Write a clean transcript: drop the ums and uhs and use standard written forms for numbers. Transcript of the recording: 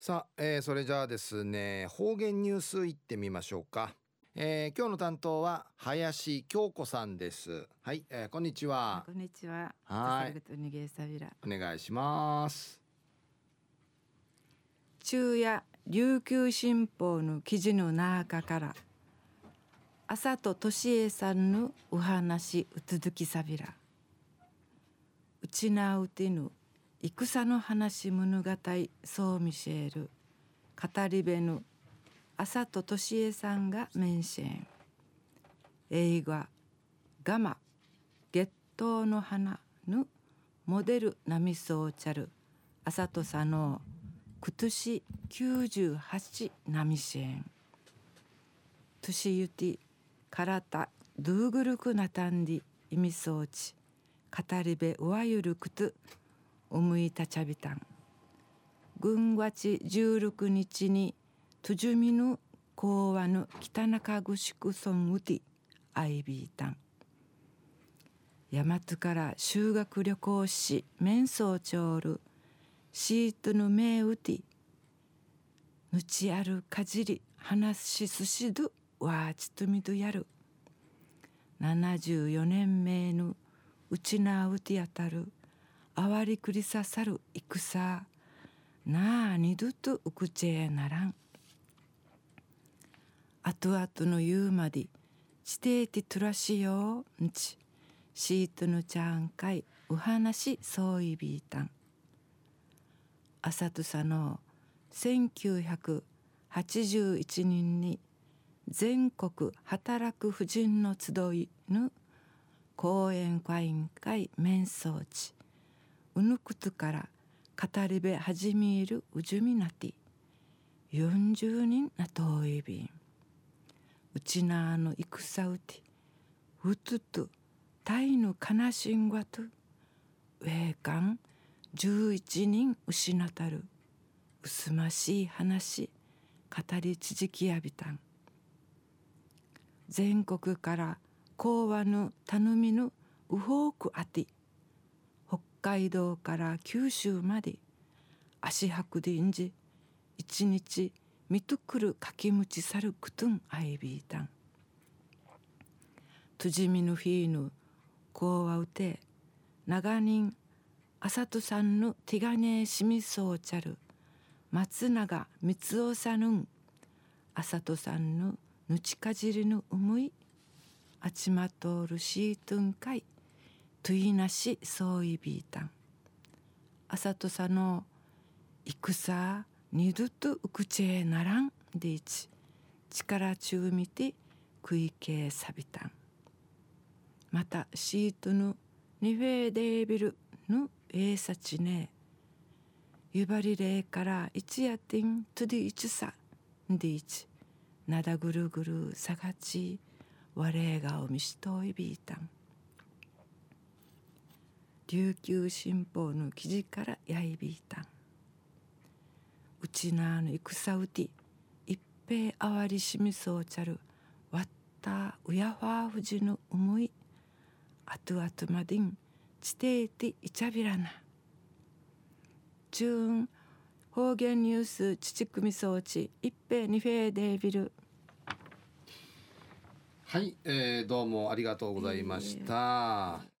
さあ、それじゃあですね、方言ニュースいってみましょうか。今日の担当は林京子さんです。はい、こんにちは。 こんにちは。 はい、 とにげさびら。 お願いします。 昼夜琉球新報の記事の中から朝ととしえさんのお話うつづきさびら。うちなうてぬ戦の話物語そうミシェル語り部の朝ととしえさんがメンシェン。映画ガマ月頭の花のモデルナミソーチャル朝とさの今年98ナミシェン年ゆてからたドゥーグルクナタンディイミソーチ語り部おわゆるくとおむいたちゃびたん軍月16日にトゥジュミヌ講和の北中城村うてアイビータン大和から修学旅行士メンソーチョールシートのメウティぬちあるかじり話しすしどわーちとみどやる74年目のうちなうてやたるあわりくりささる戦なあ二度とうくちえならんあとあとの言うまで地底てとらしようんちシートのちゃんかいお話そういびいたんあさとさの1981年に全国働く婦人の集いの講演会員会面相地うぬくとから語り部始めるうじゅみなて40人なといびんうちなあの戦うてうつとたいの悲しんがと栄冠11人失たるうすましい話語り続きやびたん全国から講和の頼みのうほうくあて北海道から九州まで足運でんじ一日見とくるかきむちさるくとんあいびいたんとじみぬフィーヌ講和うて長人あさとさんの手がねしみそうちゃる松永光夫さんのあさとさんのぬちかじりの思いあちまとおるしーとんかいといなしそういびいたんあさとさの戦二度とうくちえならんでいち力中見て食いけさびたんまたシートのニフェーデービルのえいさちねゆばりれいから一夜てんとで一さでいちなだぐるぐるさがちわれがおみしといびいたん琉球新報の記事からやいびいたんうちなの戦うて一平あわりしみそうちゃるわったうやファーふじの思いあとあとまでんちていていちゃびらな中方言ニュースちちくみ装置一平二フェーデービルはい、どうもありがとうございました。